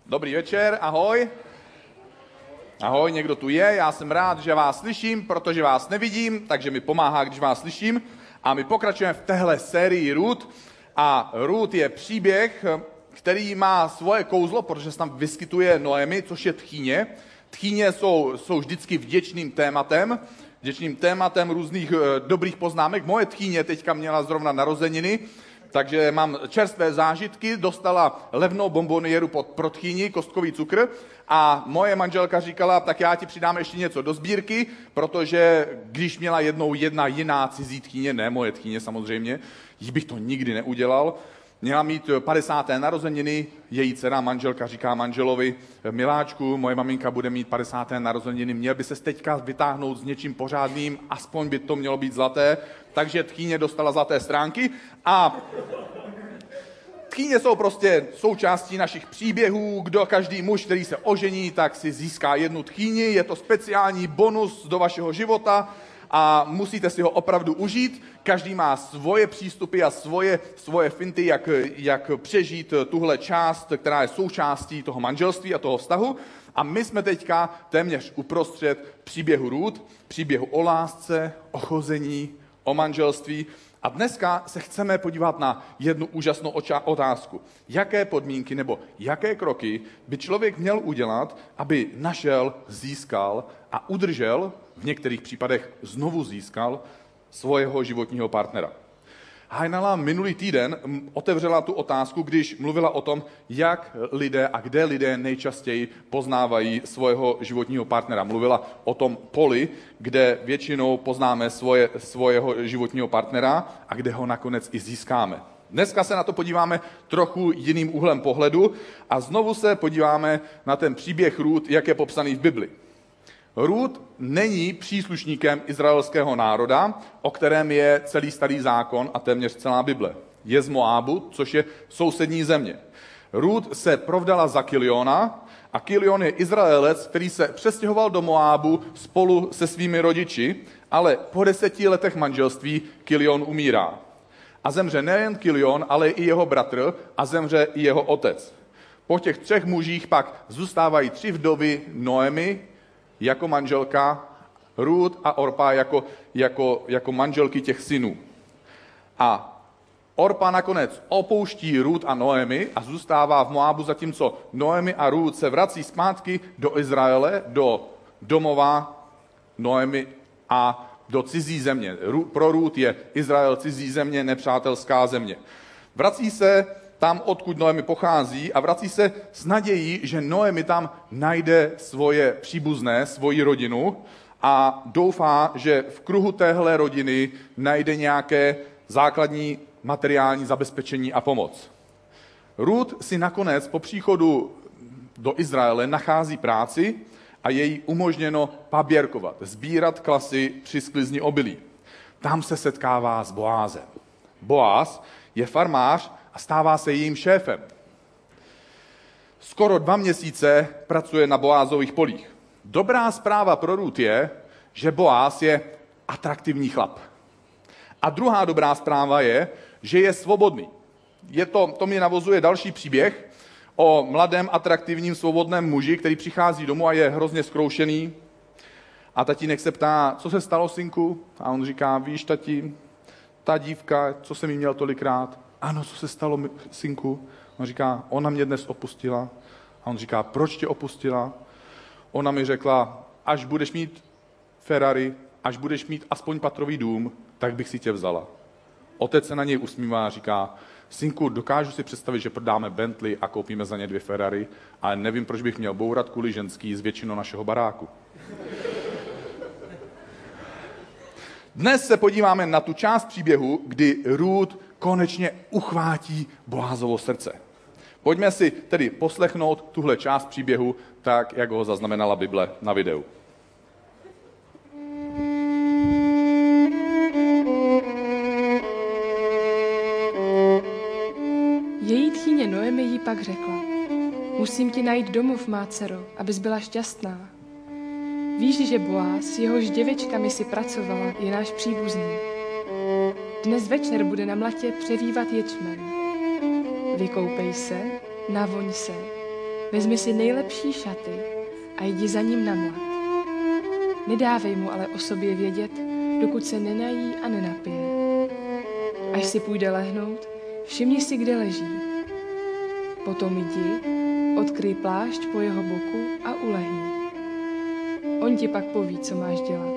Dobrý večer, ahoj. Ahoj, někdo tu je, já jsem rád, že vás slyším, protože vás nevidím, takže mi pomáhá, když vás slyším. A my pokračujeme v téhle sérii Ruth. A Ruth je příběh, který má svoje kouzlo, protože se tam vyskytuje Noemi, což je tchýně. Tchýně jsou vždycky vděčným tématem různých dobrých poznámek. Moje tchýně teďka měla zrovna narozeniny, takže mám čerstvé zážitky, dostala levnou bomboniéru pro tchýni, kostkový cukr a moje manželka říkala, tak já ti přidám ještě něco do sbírky, protože když měla jednou jedna jiná cizí tchýně, ne moje tchýně samozřejmě, jí bych to nikdy neudělal, měla mít 50. narozeniny, její dcera, manželka říká manželovi, miláčku, moje maminka bude mít 50. narozeniny, měl by se teďka vytáhnout s něčím pořádným, aspoň by to mělo být zlaté, takže tchýně dostala zlaté stránky a tchýně jsou prostě součástí našich příběhů, každý muž, který se ožení, tak si získá jednu tchýni, je to speciální bonus do vašeho života, a musíte si ho opravdu užít. Každý má svoje přístupy a svoje finty, jak přežít tuhle část, která je součástí toho manželství a toho vztahu. A my jsme teďka téměř uprostřed příběhu Ruth, příběhu o lásce, o chození, o manželství. A dneska se chceme podívat na jednu úžasnou otázku. Jaké podmínky nebo jaké kroky by člověk měl udělat, aby našel, získal a udržel, v některých případech znovu získal, svého životního partnera. Hajnala minulý týden otevřela tu otázku, když mluvila o tom, jak lidé a kde lidé nejčastěji poznávají svého životního partnera. Mluvila o tom poli, kde většinou poznáme svého životního partnera a kde ho nakonec i získáme. Dneska se na to podíváme trochu jiným úhlem pohledu a znovu se podíváme na ten příběh Ruth, jak je popsaný v Bibli. Ruth není příslušníkem izraelského národa, o kterém je celý starý zákon a téměř celá Bible. Je z Moábu, což je sousední země. Ruth se provdala za Kiliona a Kilion je Izraelec, který se přestěhoval do Moábu spolu se svými rodiči, ale po 10 letech manželství Kilion umírá. A zemře nejen Kilion, ale i jeho bratr a zemře i jeho otec. Po těch 3 mužích pak zůstávají 3 vdovy Noemi, jako manželka, Ruth a Orpa jako manželky těch synů. A Orpa nakonec opouští Ruth a Noemi a zůstává v Moábu, zatímco Noemi a Ruth se vrací zpátky do Izraele, do domova Noemi a do cizí země. Pro Ruth je Izrael cizí země, nepřátelská země. Vrací se tam, odkud Noemi pochází a vrací se s nadějí, že Noemi tam najde svoje příbuzné, svoji rodinu a doufá, že v kruhu téhle rodiny najde nějaké základní materiální zabezpečení a pomoc. Ruth si nakonec po příchodu do Izraele nachází práci a je jí umožněno paběrkovat, sbírat klasy při sklizni obilí. Tam se setkává s Boázem. Boáz je farmář a stává se jejím šéfem. Skoro 2 měsíce pracuje na Boázových polích. Dobrá zpráva pro Ruth je, že Boáz je atraktivní chlap. A druhá dobrá zpráva je, že je svobodný. To mě navozuje další příběh o mladém, atraktivním, svobodném muži, který přichází domů a je hrozně zkroušený. A tatínek se ptá, co se stalo, synku? A on říká, víš, tati, ta dívka, co jsem jí měl tolikrát? Ano, co se stalo, synku? On říká, ona mě dnes opustila. A on říká, proč tě opustila? Ona mi řekla, až budeš mít Ferrari, až budeš mít aspoň patrový dům, tak bych si tě vzala. Otec se na něj usmívá a říká, synku, dokážu si představit, že prodáme Bentley a koupíme za ně 2 Ferrari, ale nevím, proč bych měl bourat kvůli ženský z většinou našeho baráku. Dnes se podíváme na tu část příběhu, kdy Ruth konečně uchvátí Boázovo srdce. Pojďme si tedy poslechnout tuhle část příběhu tak, jak ho zaznamenala Bible na videu. Její tchýně Noemi jí pak řekla, musím ti najít domov, má dcero, abys byla šťastná. Víš, že Boáz, jehož děvečkami si pracovala, je náš příbuzný. Dnes večer bude na mlatě převívat ječmen. Vykoupej se, navoň se vezmi si nejlepší šaty a jdi za ním na mlad. Nedávej mu ale o sobě vědět, dokud se nenají a nenapije. Až si půjde lehnout, všimni si, kde leží. Potom jdi, odkryj plášť po jeho boku a ulehni. On ti pak poví, co máš dělat.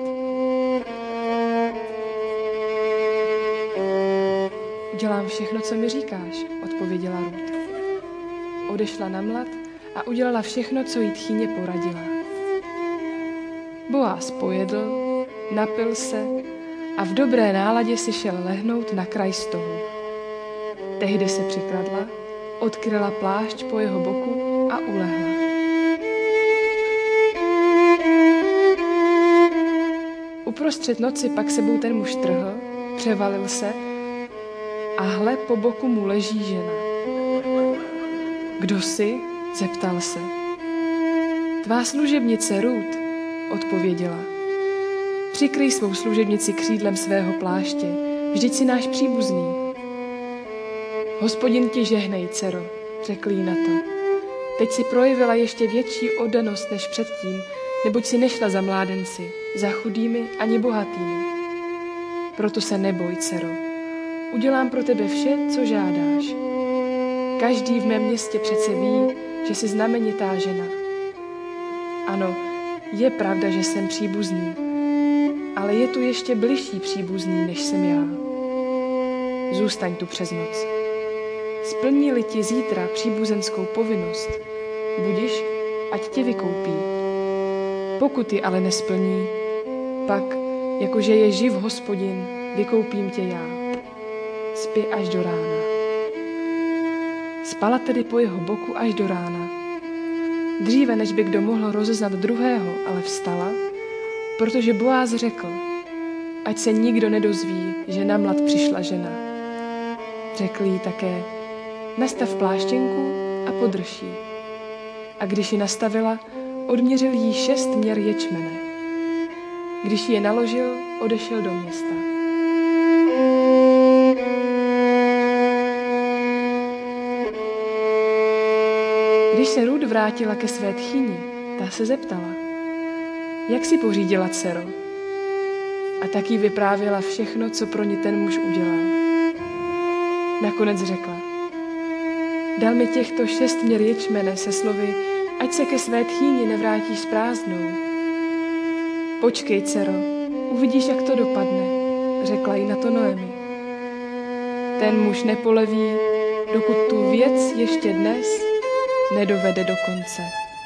Dělám všechno, co mi říkáš, odpověděla Rút. Odešla na mlad a udělala všechno, co jí tchýně poradila. Boaz pojedl, napil se a v dobré náladě si šel lehnout na kraj stohu. Tehdy se přikradla, odkryla plášť po jeho boku a ulehla. Uprostřed noci pak sebou ten muž trhl, převalil se a hle, po boku mu leží žena. Kdo jsi? Zeptal se. Tvá služebnice Rút, odpověděla. Přikryj svou služebnici křídlem svého pláště, vždyť si náš příbuzný. Hospodin ti žehnej, dcero, řekl jí na to. Teď si projevila ještě větší oddanost než předtím, neboť si nešla za mládenci, za chudými ani bohatými. Proto se neboj, dcero. Udělám pro tebe vše, co žádáš. Každý v mém městě přece ví, že jsi znamenitá žena. Ano, je pravda, že jsem příbuzný, ale je tu ještě bližší příbuzný, než jsem já. Zůstaň tu přes noc. Splní-li ti zítra příbuzenskou povinnost, budiš, ať tě vykoupí. Pokud ji ale nesplní, pak, jakože je živ Hospodin, vykoupím tě já. Spí až do rána. Spala tedy po jeho boku až do rána. Dříve, než by kdo mohl rozeznat druhého, ale vstala, protože Boaz řekl, ať se nikdo nedozví, že na mlad přišla žena. Řekl jí také, nastav pláštěnku a podrž ji. A když ji nastavila, odměřil jí 6 měr ječmene. Když ji je naložil, odešel do města. Když se Rút vrátila ke své tchýni, ta se zeptala, jak si pořídila, dcero? A tak jí vyprávěla všechno, co pro ní ten muž udělal. Nakonec řekla, dal mi těchto 6 měr ječmene se slovy, ať se ke své tchýni nevrátíš s prázdnou. Počkej, dcero, uvidíš, jak to dopadne, řekla jí na to Noemi. Ten muž nepoleví, dokud tu věc ještě dnes nedovede do konce.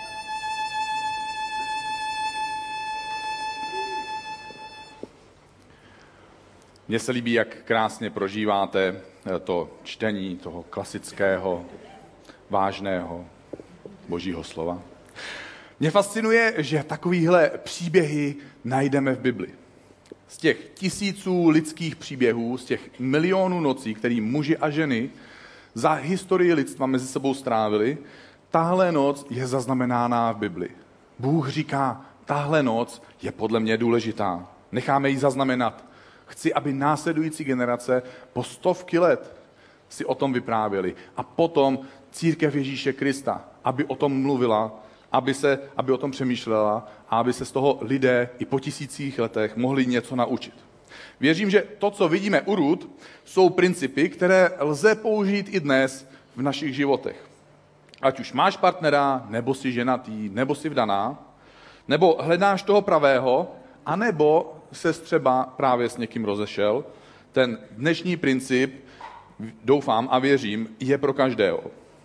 Mně se líbí, jak krásně prožíváte to čtení toho klasického, vážného Božího slova. Mě fascinuje, že takovýhle příběhy najdeme v Bibli. Z těch tisíců lidských příběhů, z těch milionů nocí, který muži a ženy za historii lidstva mezi sebou strávili, tahle noc je zaznamenána v Bibli. Bůh říká, tahle noc je podle mě důležitá. Necháme ji zaznamenat. Chci, aby následující generace po 100 let si o tom vyprávěli. A potom církev Ježíše Krista, aby o tom mluvila, aby o tom přemýšlela a aby se z toho lidé i po tisících letech mohli něco naučit. Věřím, že to, co vidíme u Rút, jsou principy, které lze použít i dnes v našich životech. Ať už máš partnera, nebo jsi ženatý, nebo jsi vdaná, nebo hledáš toho pravého, anebo ses třeba právě s někým rozešel, ten dnešní princip, doufám a věřím, je pro každého.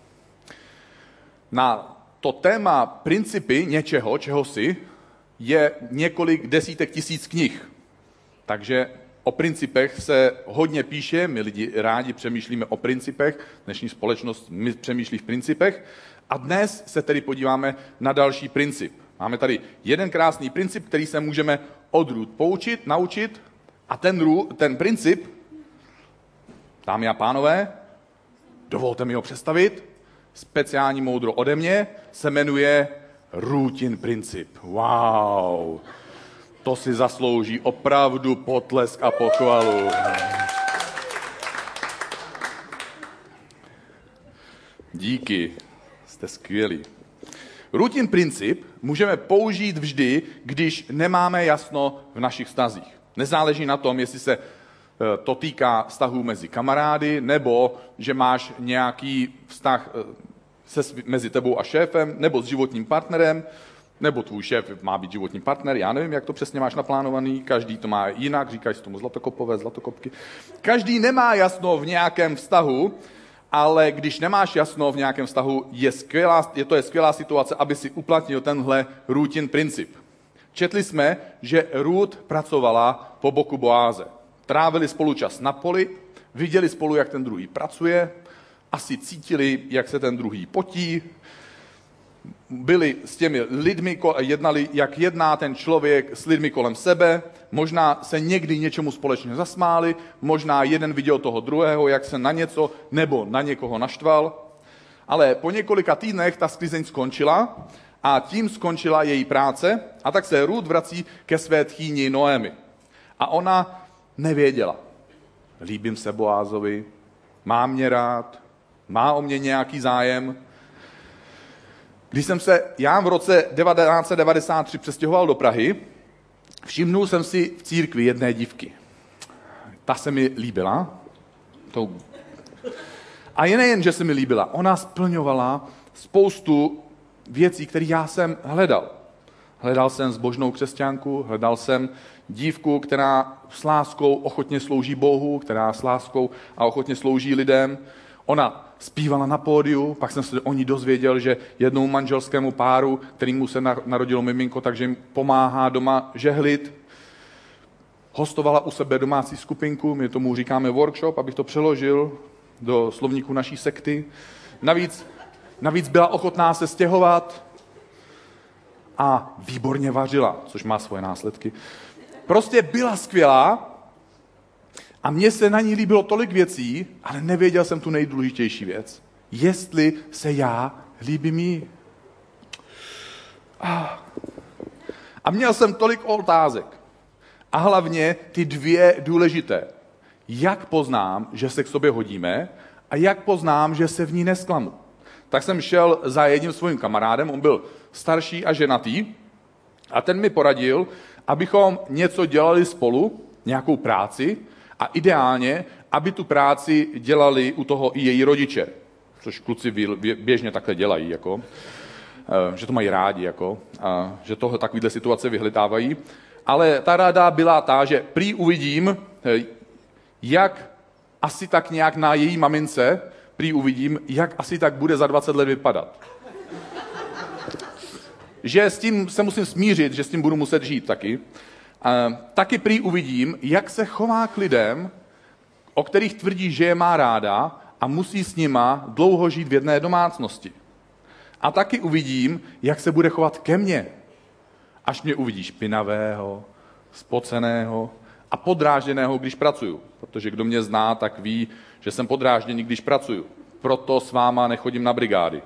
Na to téma principy něčeho, čeho si, je několik desítek tisíc knih. Takže o principech se hodně píše, my lidi rádi přemýšlíme o principech, dnešní společnost my přemýšlí v principech a dnes se tedy podíváme na další princip. Máme tady jeden krásný princip, který se můžeme od Rút poučit, naučit a ten princip, dámy a pánové, dovolte mi ho představit, speciální moudro ode mě, se jmenuje Rútin princip. Wow! To si zaslouží opravdu potlesk a pochvalu. Díky, jste skvělí. Rutin princip můžeme použít vždy, když nemáme jasno v našich vztazích. Nezáleží na tom, jestli se to týká vztahů mezi kamarády, nebo že máš nějaký vztah mezi tebou a šéfem, nebo s životním partnerem, nebo tvůj šéf má být životní partner, já nevím, jak to přesně máš naplánovaný, každý to má jinak, říkají si tomu zlatokopové, zlatokopky. Každý nemá jasno v nějakém vztahu, ale když nemáš jasno v nějakém vztahu, je skvělá situace, aby si uplatnil tenhle Rutin princip. Četli jsme, že Rút pracovala po boku Boáze. Trávili spolu čas na poli, viděli spolu, jak ten druhý pracuje, asi cítili, jak se ten druhý potí, byli s těmi lidmi, jednali, jak jedná ten člověk s lidmi kolem sebe, možná se někdy něčemu společně zasmáli, možná jeden viděl toho druhého, jak se na něco nebo na někoho naštval, ale po několika týdnech ta sklizeň skončila a tím skončila její práce a tak se Rút vrací ke své tchýni Noemi. A ona nevěděla. Líbím se Boázovi, má mě rád, má o mě nějaký zájem. Když jsem se já v roce 1993 přestěhoval do Prahy, všimnul jsem si v církvi jedné dívky. Ta se mi líbila. A je nejen, že se mi líbila, ona splňovala spoustu věcí, které já jsem hledal. Hledal jsem zbožnou křesťanku, hledal jsem dívku, která s láskou ochotně slouží Bohu, která s láskou a ochotně slouží lidem. Ona zpívala na pódiu, pak jsem se o ní dozvěděl, že jednomu manželskému páru, kterýmu se narodilo miminko, takže jim pomáhá doma žehlit. Hostovala u sebe domácí skupinku, my tomu říkáme workshop, abych to přeložil do slovníku naší sekty. Navíc byla ochotná se stěhovat a výborně vařila, což má svoje následky. Prostě byla skvělá a mně se na ní líbilo tolik věcí, ale nevěděl jsem tu nejdůležitější věc. Jestli se já líbím jí. A měl jsem tolik otázek. A hlavně ty dvě důležité. Jak poznám, že se k sobě hodíme a jak poznám, že se v ní nesklamu. Tak jsem šel za jedním svým kamarádem, on byl starší a ženatý a ten mi poradil, abychom něco dělali spolu, nějakou práci a ideálně, aby tu práci dělali u toho i její rodiče, což kluci běžně takhle dělají, jako, že to mají rádi, a že toho takovýhle situace vyhledávají. Ale ta rada byla ta, že prý uvidím, jak asi tak nějak na její mamince, jak asi tak bude za 20 let vypadat. Že s tím se musím smířit, že s tím budu muset žít taky. Taky prý uvidím, jak se chová k lidem, o kterých tvrdí, že je má ráda a musí s nima dlouho žít v jedné domácnosti. A taky uvidím, jak se bude chovat ke mně, až mě uvidí špinavého, spoceného a podrážděného, když pracuju. Protože kdo mě zná, tak ví, že jsem podrážděný, když pracuju. Proto s váma nechodím na brigády.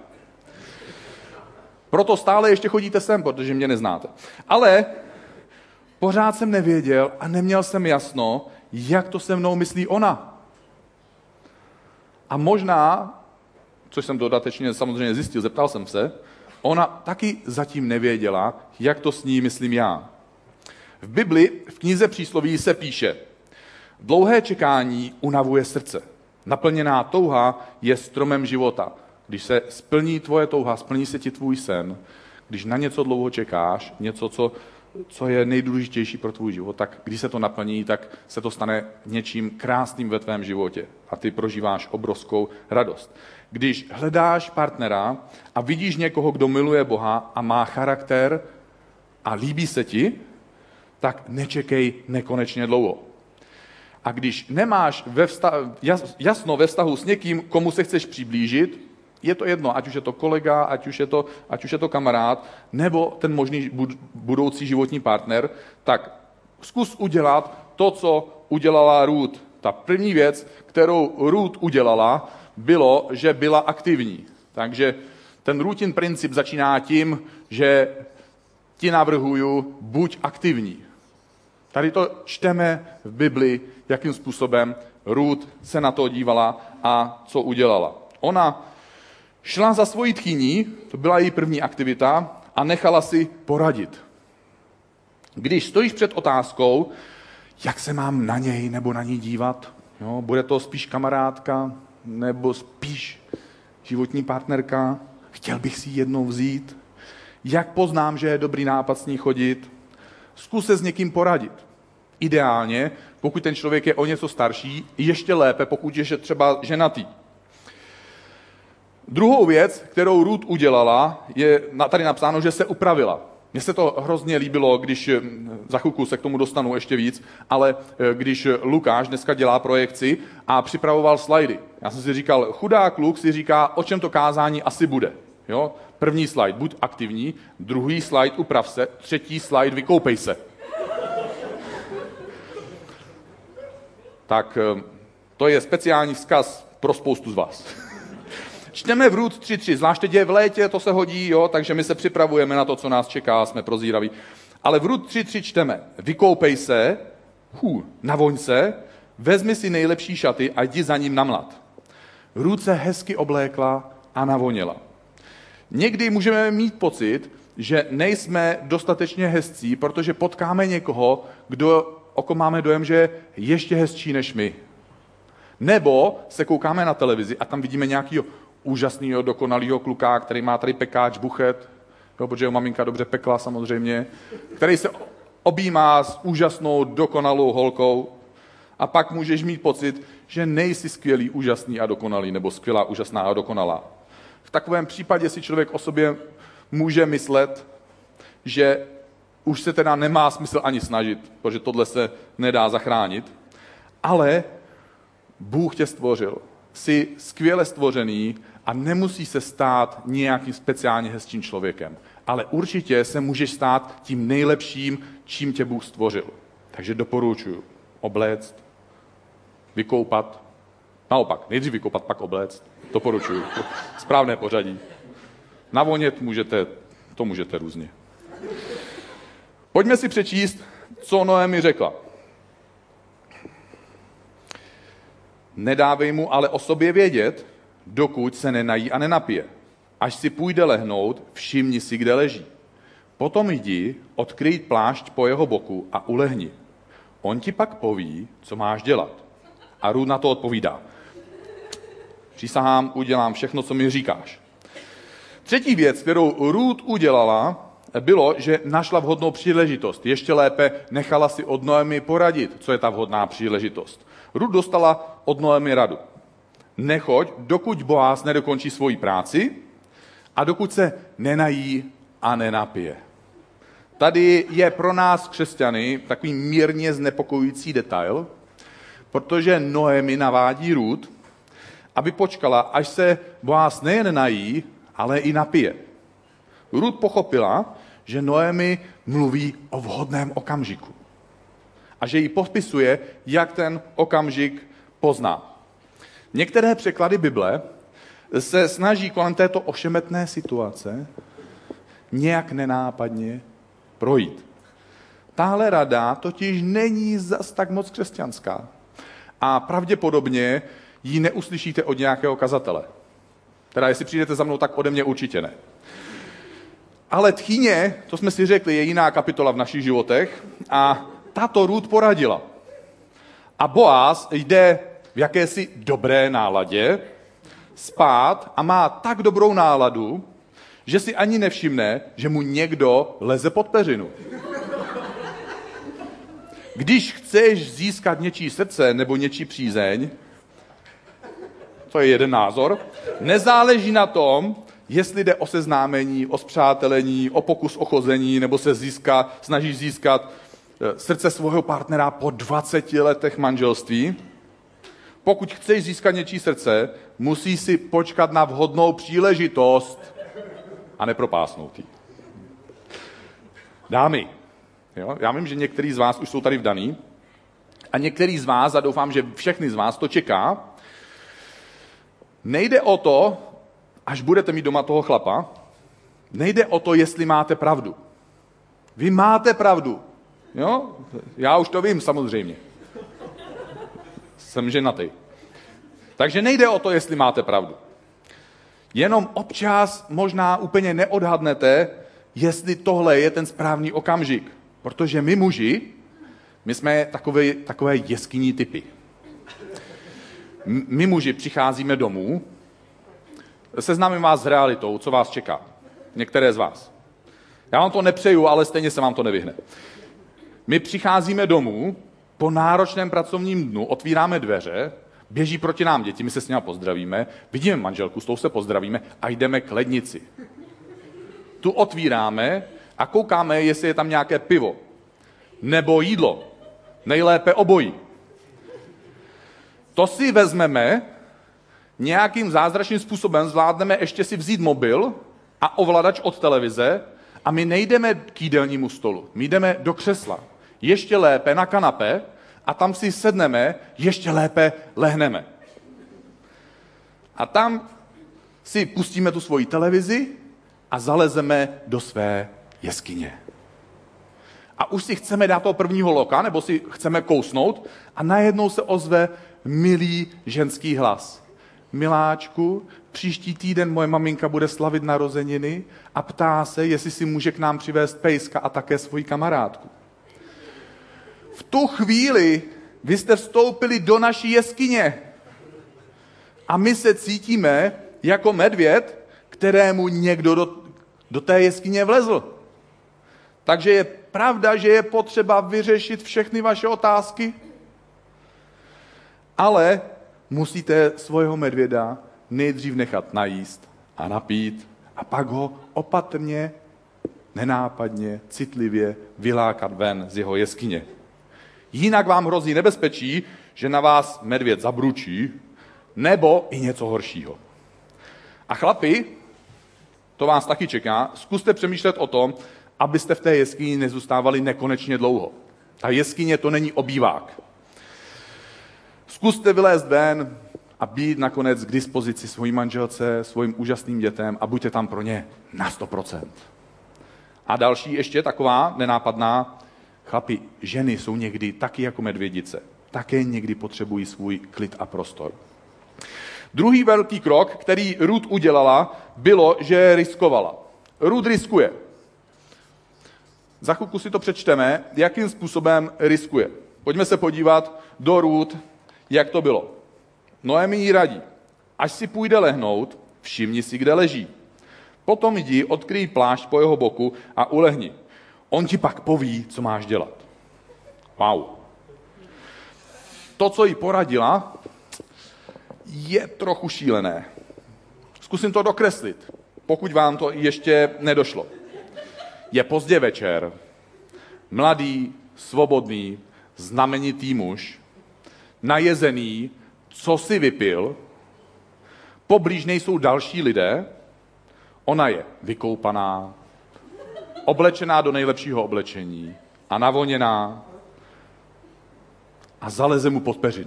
Proto stále ještě chodíte sem, protože mě neznáte. Ale pořád jsem nevěděl a neměl jsem jasno, jak to se mnou myslí ona. A možná, což jsem dodatečně samozřejmě zjistil, zeptal jsem se, ona taky zatím nevěděla, jak to s ní myslím já. V Bibli, v knize Přísloví se píše: dlouhé čekání unavuje srdce. Naplněná touha je stromem života. Když se splní tvoje touha, splní se ti tvůj sen, když na něco dlouho čekáš, něco, co je nejdůležitější pro tvůj život, tak když se to naplní, tak se to stane něčím krásným ve tvém životě a ty prožíváš obrovskou radost. Když hledáš partnera a vidíš někoho, kdo miluje Boha a má charakter a líbí se ti, tak nečekej nekonečně dlouho. A když nemáš jasno ve vztahu s někým, komu se chceš přiblížit, je to jedno, ať už je to kolega, ať už je to kamarád, nebo ten možný budoucí životní partner, tak zkus udělat to, co udělala Rút. Ta první věc, kterou Rút udělala, bylo, že byla aktivní. Takže ten Rútin princip začíná tím, že ti navrhuju, buď aktivní. Tady to čteme v Bibli, jakým způsobem Rút se na to dívala a co udělala. Ona Šla za svojí tchýní, to byla její první aktivita, a nechala si poradit. Když stojíš před otázkou, jak se mám na něj nebo na ní dívat, jo, bude to spíš kamarádka nebo spíš životní partnerka, chtěl bych si ji jednou vzít, jak poznám, že je dobrý nápad s ní chodit, zkus se s někým poradit. Ideálně, pokud ten člověk je o něco starší, ještě lépe, pokud je třeba ženatý. Druhou věc, kterou Ruth udělala, je tady napsáno, že se upravila. Mně se to hrozně líbilo, když, za chvilku se k tomu dostanu ještě víc, ale když Lukáš dneska dělá projekci a připravoval slajdy. Já jsem si říkal, chudák kluk si říká, o čem to kázání asi bude. Jo? První slide, buď aktivní, druhý slide, uprav se, třetí slide, vykoupej se. Tak to je speciální vzkaz pro spoustu z vás. Čteme v Ruth 3.3, zvlášť teď je v létě, to se hodí, jo, takže my se připravujeme na to, co nás čeká, jsme prozíraví. Ale v Ruth 3.3 čteme, vykoupej se, navoň se, vezmi si nejlepší šaty a jdi za ním na mlad. Ruth se hezky oblékla a navoněla. Někdy můžeme mít pocit, že nejsme dostatečně hezcí, protože potkáme někoho, o kom máme dojem, že je ještě hezčí než my. Nebo se koukáme na televizi a tam vidíme nějakýho úžasného, dokonalého kluka, který má tady pekáč, buchet, jo, protože jeho maminka dobře pekla samozřejmě, který se objímá s úžasnou, dokonalou holkou a pak můžeš mít pocit, že nejsi skvělý, úžasný a dokonalý, nebo skvělá, úžasná a dokonalá. V takovém případě si člověk o sobě může myslet, že už se teda nemá smysl ani snažit, protože tohle se nedá zachránit, ale Bůh tě stvořil. Jsi skvěle stvořený a nemusí se stát nějakým speciálně hezčím člověkem. Ale určitě se můžeš stát tím nejlepším, čím tě Bůh stvořil. Takže doporučuji obléct, vykoupat, naopak, nejdřív vykoupat, pak obléct. Doporučuji. Správné pořadí. Navonět můžete různě. Pojďme si přečíst, co Noemi řekla. Nedávej mu ale o sobě vědět, dokud se nenají a nenapije. Až si půjde lehnout, všimni si, kde leží. Potom jdi, odkryj plášť po jeho boku a ulehni. On ti pak poví, co máš dělat. A Ruth na to odpovídá. Přísahám, udělám všechno, co mi říkáš. Třetí věc, kterou Ruth udělala, bylo, že našla vhodnou příležitost. Ještě lépe nechala si od Noemi poradit, co je ta vhodná příležitost. Ruth dostala od Noemi radu. Nechoď, dokud Boaz nedokončí svoji práci a dokud se nenají a nenapije. Tady je pro nás křesťany takový mírně znepokojující detail, protože Noemi navádí Ruth, aby počkala, až se Boaz nejen nají, ale i napije. Ruth pochopila, že Noemi mluví o vhodném okamžiku a že jí popisuje, jak ten okamžik pozná. Některé překlady Bible se snaží kolem této ošemetné situace nějak nenápadně projít. Tahle rada totiž není zas tak moc křesťanská a pravděpodobně ji neuslyšíte od nějakého kazatele. Teda jestli přijdete za mnou, tak ode mě určitě ne. Ale tchýně, to jsme si řekli, je jiná kapitola v našich životech a tato Ruth poradila. A Boaz jde v jakési dobré náladě spát a má tak dobrou náladu, že si ani nevšimne, že mu někdo leze pod peřinu. Když chceš získat něčí srdce nebo něčí přízeň, to je jeden názor, nezáleží na tom, jestli jde o seznámení, o spřátelení, o pokus o chození, nebo se snažíš získat srdce svého partnera po 20 letech manželství. Pokud chceš získat něčí srdce, musíš si počkat na vhodnou příležitost a nepropásnout ji. Dámy, jo? Já vím, že některý z vás už jsou tady vdaný a některý z vás, a doufám, že všechny z vás to čeká, nejde o to, až budete mít doma toho chlapa, nejde o to, jestli máte pravdu. Vy máte pravdu. Jo? Já už to vím, samozřejmě. Jsem ženatý. Takže nejde o to, jestli máte pravdu. Jenom občas možná úplně neodhadnete, jestli tohle je ten správný okamžik. Protože my muži, my jsme takové jeskyní typy. My muži přicházíme domů, seznámím vás s realitou, co vás čeká. Některé z vás. Já vám to nepřeju, ale stejně se vám to nevyhne. My přicházíme domů, po náročném pracovním dnu otvíráme dveře, běží proti nám děti, my se s nimi pozdravíme, vidíme manželku, s tou se pozdravíme a jdeme k lednici. Tu otvíráme a koukáme, jestli je tam nějaké pivo. Nebo jídlo. Nejlépe obojí. To si vezmeme, nějakým zázračným způsobem zvládneme ještě si vzít mobil a ovladač od televize a my nejdeme k jídelnímu stolu. My jdeme do křesla. Ještě lépe na kanapé a tam si sedneme, ještě lépe lehneme. A tam si pustíme tu svoji televizi a zalezeme do své jeskyně. A už si chceme dát toho prvního loka, nebo si chceme kousnout a najednou se ozve milý ženský hlas. Miláčku, příští týden moje maminka bude slavit narozeniny a ptá se, jestli si může k nám přivést pejska a také svoji kamarádku. V tu chvíli vy jste vstoupili do naší jeskyně a my se cítíme jako medvěd, kterému někdo do té jeskyně vlezl. Takže je pravda, že je potřeba vyřešit všechny vaše otázky, ale musíte svého medvěda nejdřív nechat najíst a napít a pak ho opatrně, nenápadně, citlivě vylákat ven z jeho jeskyně. Jinak vám hrozí nebezpečí, že na vás medvěd zabručí, nebo i něco horšího. A chlapi, to vás taky čeká, zkuste přemýšlet o tom, abyste v té jeskyni nezůstávali nekonečně dlouho. Ta jeskyně to není obývák. Zkuste vylézt ven a být nakonec k dispozici svojí manželce, svým úžasným dětem a buďte tam pro ně na 100%. A další ještě taková nenápadná, chlapi, ženy jsou někdy taky jako medvědice. Také někdy potřebují svůj klid a prostor. Druhý velký krok, který Ruth udělala, bylo, že riskovala. Ruth riskuje. Za chvilku si to přečteme, jakým způsobem riskuje. Pojďme se podívat do Ruth, jak to bylo. Noemi jí radí. Až si půjde lehnout, všimni si, kde leží. Potom jdi, odkryj plášť po jeho boku a ulehni. On ti pak poví, co máš dělat. Wow. To, co jí poradila, je trochu šílené. Zkusím to dokreslit, pokud vám to ještě nedošlo. Je pozdě večer, mladý, svobodný, znamenitý muž, najezený, co si vypil, poblíž nejsou další lidé, ona je vykoupaná, oblečená do nejlepšího oblečení a navoněná a zaleze mu pod peřinu.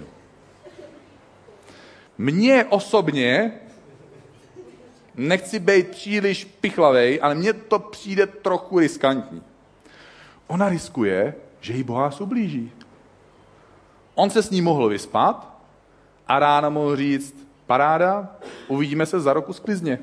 Mně osobně, nechci být příliš pichlavej, ale mně to přijde trochu riskantní. Ona riskuje, že jí Boaz ublíží. On se s ní mohl vyspat a ráno mohl říct, paráda, uvidíme se za rok u sklizně.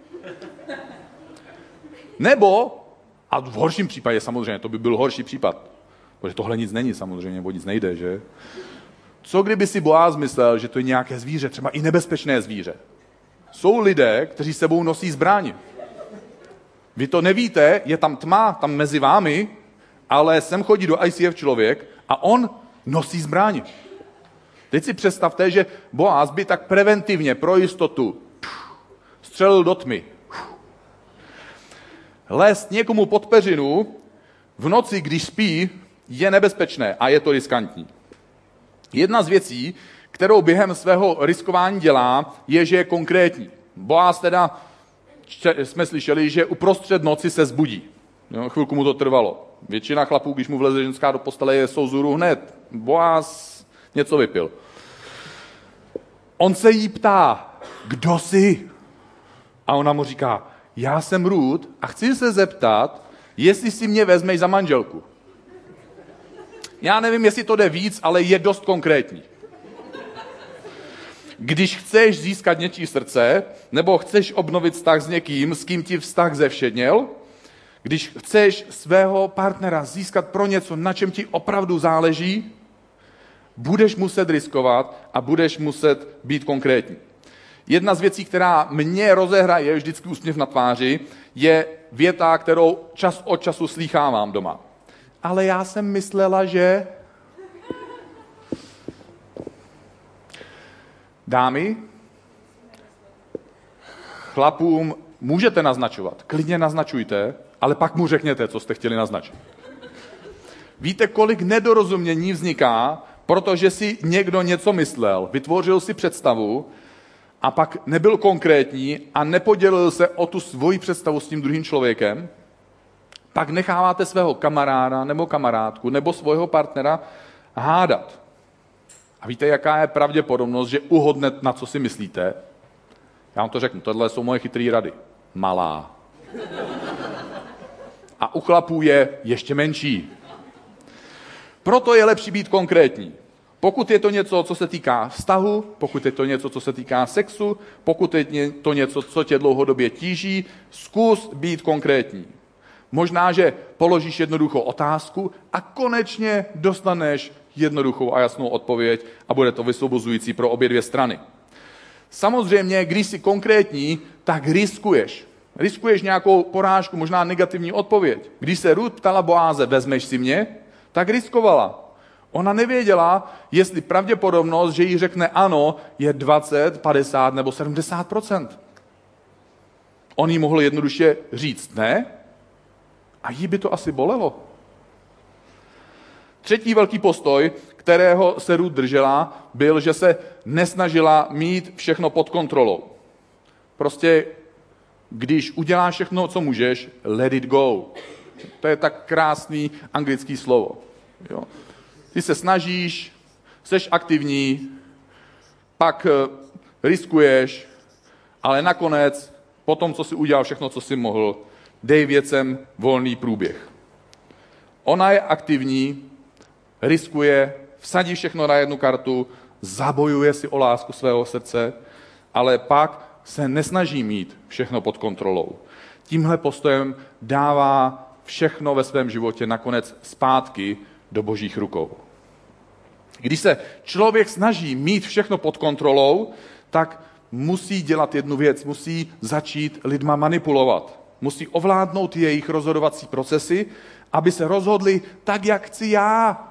Nebo, a v horším případě samozřejmě, to by byl horší případ, protože tohle nic není samozřejmě, nebo nic nejde, že? Co kdyby si Boaz myslel, že to je nějaké zvíře, třeba i nebezpečné zvíře? Jsou lidé, kteří sebou nosí zbraň. Vy to nevíte, je tam tma, tam mezi vámi, ale sem chodí do ICF člověk a on nosí zbraň. Teď si představte, že Boaz by tak preventivně pro jistotu střelil do tmy. Lézt někomu pod peřinu v noci, když spí, je nebezpečné a je to riskantní. Jedna z věcí, kterou během svého riskování dělá, je, že je konkrétní. Boaz teda, jsme slyšeli, že uprostřed noci se zbudí. Jo, chvilku mu to trvalo. Většina chlapů, když mu vleze ženská do postele, je souzuru hned. Boaz něco vypil. On se jí ptá, kdo jsi? A ona mu říká, já jsem Ruth a chci se zeptat, jestli si mě vezmeš za manželku. Já nevím, jestli to jde víc, ale je dost konkrétní. Když chceš získat něčí srdce, nebo chceš obnovit vztah s někým, s kým ti vztah zevšedněl, když chceš svého partnera získat pro něco, na čem ti opravdu záleží, budeš muset riskovat a budeš muset být konkrétní. Jedna z věcí, která mě rozehraje vždycky úsměv na tváři, je věta, kterou čas od času slýchávám doma. Ale já jsem myslela, že... Dámy, chlapům můžete naznačovat, klidně naznačujte, ale pak mu řekněte, co jste chtěli naznačit. Víte, kolik nedorozumění vzniká, protože si někdo něco myslel, vytvořil si představu a pak nebyl konkrétní a nepodělil se o tu svoji představu s tím druhým člověkem, pak necháváte svého kamaráda nebo kamarádku nebo svého partnera hádat. A víte, jaká je pravděpodobnost, že uhodne, na co si myslíte? Já vám to řeknu, tohle jsou moje chytré rady. Malá. A u chlapů je ještě menší. Proto je lepší být konkrétní. Pokud je to něco, co se týká vztahu, pokud je to něco, co se týká sexu, pokud je to něco, co tě dlouhodobě tíží, zkus být konkrétní. Možná, že položíš jednoduchou otázku a konečně dostaneš jednoduchou a jasnou odpověď a bude to vysvobozující pro obě dvě strany. Samozřejmě, když jsi konkrétní, tak riskuješ. Riskuješ nějakou porážku, možná negativní odpověď. Když se Rut ptala Boáze, vezmeš si mě, tak riskovala. Ona nevěděla, jestli pravděpodobnost, že jí řekne ano, je 20, 50 nebo 70%. On jí mohl jednoduše říct ne a jí by to asi bolelo. Třetí velký postoj, kterého se Rut držela, byl, že se nesnažila mít všechno pod kontrolou. Prostě, když uděláš všechno, co můžeš, let it go. To je tak krásný anglický slovo. Jo. Ty se snažíš, jsi aktivní, pak riskuješ, ale nakonec, po tom, co jsi udělal všechno, co jsi mohl, dej věcem volný průběh. Ona je aktivní, riskuje, vsadí všechno na jednu kartu, zabojuje si o lásku svého srdce, ale pak se nesnaží mít všechno pod kontrolou. Tímhle postojem dává všechno ve svém životě nakonec zpátky do Božích rukou. Když se člověk snaží mít všechno pod kontrolou, tak musí dělat jednu věc, musí začít lidma manipulovat. Musí ovládnout jejich rozhodovací procesy, aby se rozhodli tak, jak chci já.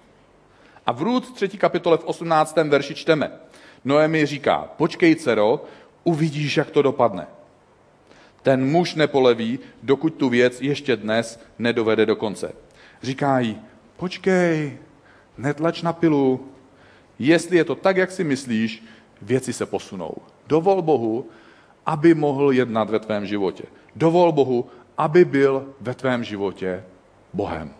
A v Rut 3. kapitole v 18. verši čteme. Noemi říká, počkej, dcero, uvidíš, jak to dopadne. Ten muž nepoleví, dokud tu věc ještě dnes nedovede do konce. Říká jí, počkej, netlač na pilu. Jestli je to tak, jak si myslíš, věci se posunou. Dovol Bohu, aby mohl jednat ve tvém životě. Dovol Bohu, aby byl ve tvém životě Bohem.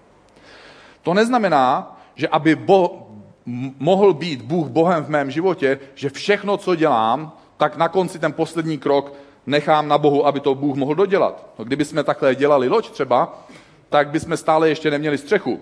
To neznamená, že aby mohl být Bůh Bohem v mém životě, že všechno, co dělám, tak na konci ten poslední krok nechám na Bohu, aby to Bůh mohl dodělat. No, kdyby jsme takhle dělali loď třeba, tak bychom stále ještě neměli střechu.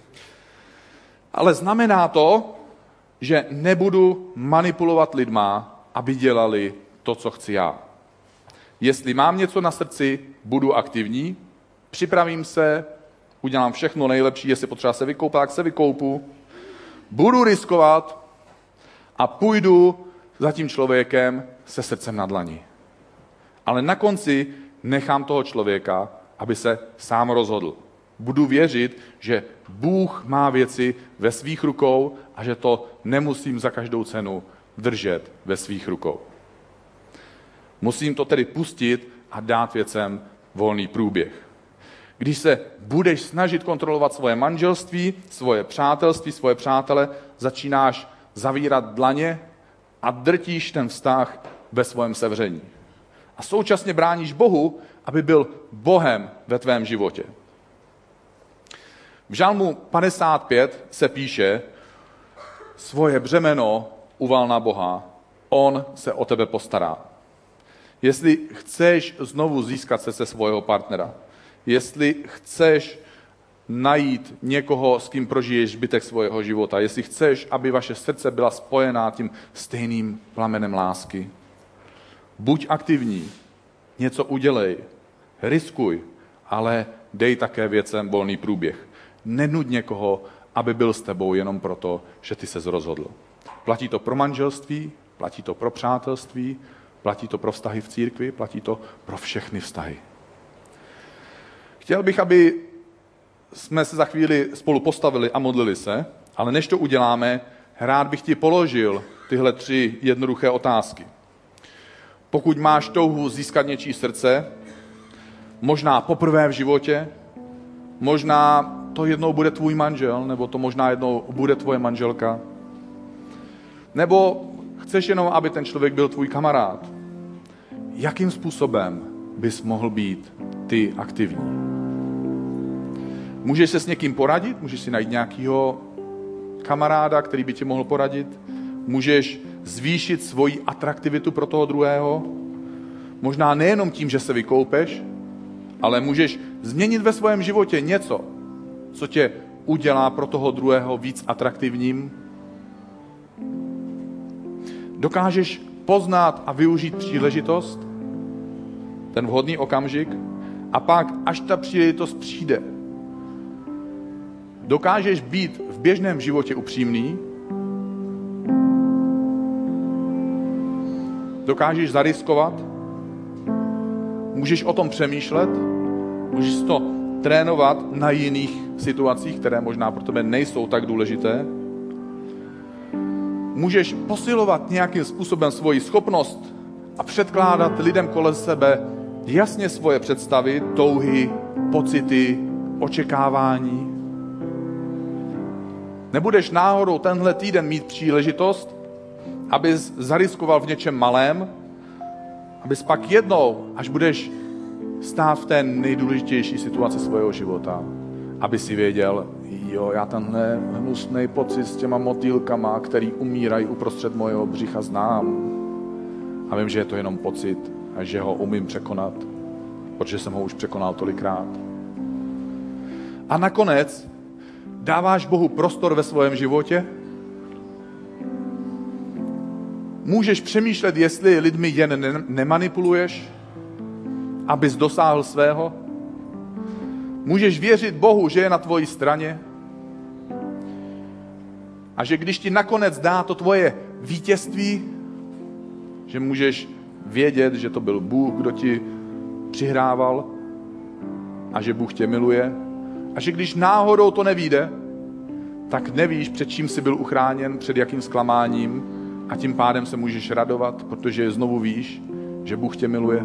Ale znamená to, že nebudu manipulovat lidma, aby dělali to, co chci já. Jestli mám něco na srdci, budu aktivní, připravím se, udělám všechno nejlepší, jestli potřeba se vykoupat, tak se vykoupu, budu riskovat a půjdu za tím člověkem se srdcem na dlani. Ale na konci nechám toho člověka, aby se sám rozhodl. Budu věřit, že Bůh má věci ve svých rukou a že to nemusím za každou cenu držet ve svých rukou. Musím to tedy pustit a dát věcem volný průběh. Když se budeš snažit kontrolovat svoje manželství, svoje přátelství, svoje přátele, začínáš zavírat dlaně a drtíš ten vztah ve svém sevření. A současně bráníš Bohu, aby byl Bohem ve tvém životě. V Žalmu 55 se píše, svoje břemeno uval na Boha, on se o tebe postará. Jestli chceš znovu získat se svého partnera, jestli chceš najít někoho, s kým prožiješ zbytek svého života, jestli chceš, aby vaše srdce byla spojená tím stejným plamenem lásky, buď aktivní, něco udělej, riskuj, ale dej také věcem volný průběh. Nenuď někoho, aby byl s tebou jenom proto, že ty ses rozhodl. Platí to pro manželství, platí to pro přátelství, platí to pro vztahy v církvi, platí to pro všechny vztahy. Chtěl bych, aby jsme se za chvíli spolu postavili a modlili se, ale než to uděláme, rád bych ti položil tyhle 3 jednoduché otázky. Pokud máš touhu získat něčí srdce, možná poprvé v životě, možná to jednou bude tvůj manžel, nebo to možná jednou bude tvoje manželka, nebo chceš jenom, aby ten člověk byl tvůj kamarád, jakým způsobem bys mohl být ty aktivní? Můžeš se s někým poradit, můžeš si najít nějakého kamaráda, který by ti mohl poradit, můžeš zvýšit svoji atraktivitu pro toho druhého, možná nejenom tím, že se vykoupeš, ale můžeš změnit ve svém životě něco, co tě udělá pro toho druhého víc atraktivním. Dokážeš poznat a využít příležitost, ten vhodný okamžik, a pak, až ta příležitost přijde, dokážeš být v běžném životě upřímný, dokážeš zariskovat, můžeš o tom přemýšlet, můžeš to trénovat na jiných situacích, které možná pro tebe nejsou tak důležité. Můžeš posilovat nějakým způsobem svoji schopnost a předkládat lidem kolem sebe jasně svoje představy, touhy, pocity, očekávání. Nebudeš náhodou tenhle týden mít příležitost, abys zariskoval v něčem malém, abys pak jednou, až budeš stát v té nejdůležitější situaci svého života, aby si věděl, jo, já tenhle hnusný pocit s těma motýlkama, který umírají uprostřed mojeho břicha, znám. A vím, že je to jenom pocit a že ho umím překonat, protože jsem ho už překonal tolikrát. A nakonec dáváš Bohu prostor ve svém životě? Můžeš přemýšlet, jestli lidmi jen nemanipuluješ, abys dosáhl svého? Můžeš věřit Bohu, že je na tvojí straně? A že když ti nakonec dá to tvoje vítězství, že můžeš vědět, že to byl Bůh, kdo ti přihrával a že Bůh tě miluje? A že když náhodou to nevyjde, tak nevíš, před čím jsi byl uchráněn, před jakým zklamáním, a tím pádem se můžeš radovat, protože znovu víš, že Bůh tě miluje.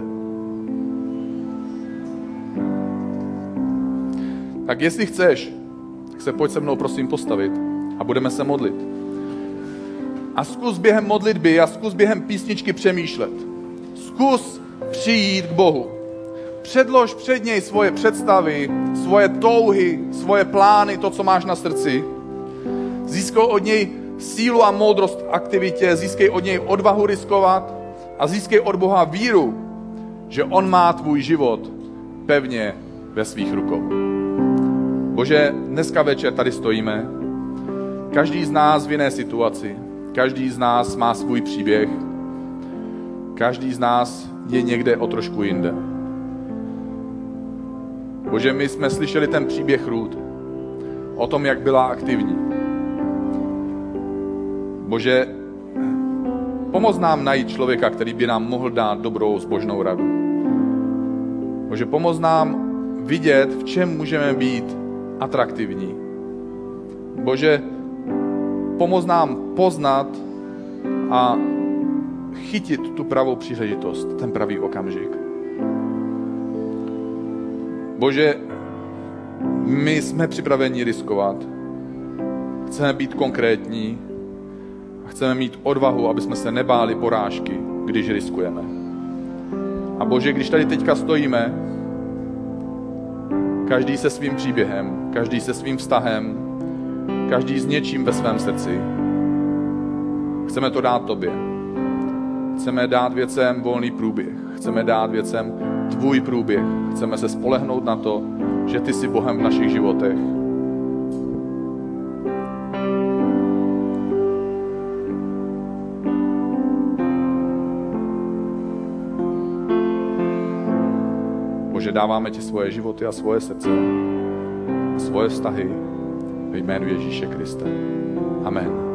Tak jestli chceš, tak se pojď se mnou prosím postavit a budeme se modlit. A zkus během modlitby a zkus během písničky přemýšlet. Zkus přijít k Bohu. Předlož před něj svoje představy, svoje touhy, svoje plány, to, co máš na srdci. Získej od něj sílu a moudrost v aktivitě, získej od něj odvahu riskovat a získej od Boha víru, že on má tvůj život pevně ve svých rukou. Bože, dneska večer tady stojíme, každý z nás v jiné situaci, každý z nás má svůj příběh, každý z nás je někde o trošku jinde. Bože, my jsme slyšeli ten příběh Ruth, o tom, jak byla aktivní. Bože, pomoz nám najít člověka, který by nám mohl dát dobrou zbožnou radu. Bože, pomoz nám vidět, v čem můžeme být atraktivní. Bože, pomoz nám poznat a chytit tu pravou příležitost, ten pravý okamžik. Bože, my jsme připraveni riskovat. Chceme být konkrétní a chceme mít odvahu, aby jsme se nebáli porážky, když riskujeme. A Bože, když tady teďka stojíme, každý se svým příběhem, každý se svým vztahem, každý s něčím ve svém srdci, chceme to dát tobě. Chceme dát věcem volný průběh. Chceme dát věcem tvůj průběh. Chceme se spolehnout na to, že ty jsi Bohem v našich životech. Bože, dáváme ti svoje životy a svoje srdce a svoje vztahy ve jménu Ježíše Krista. Amen.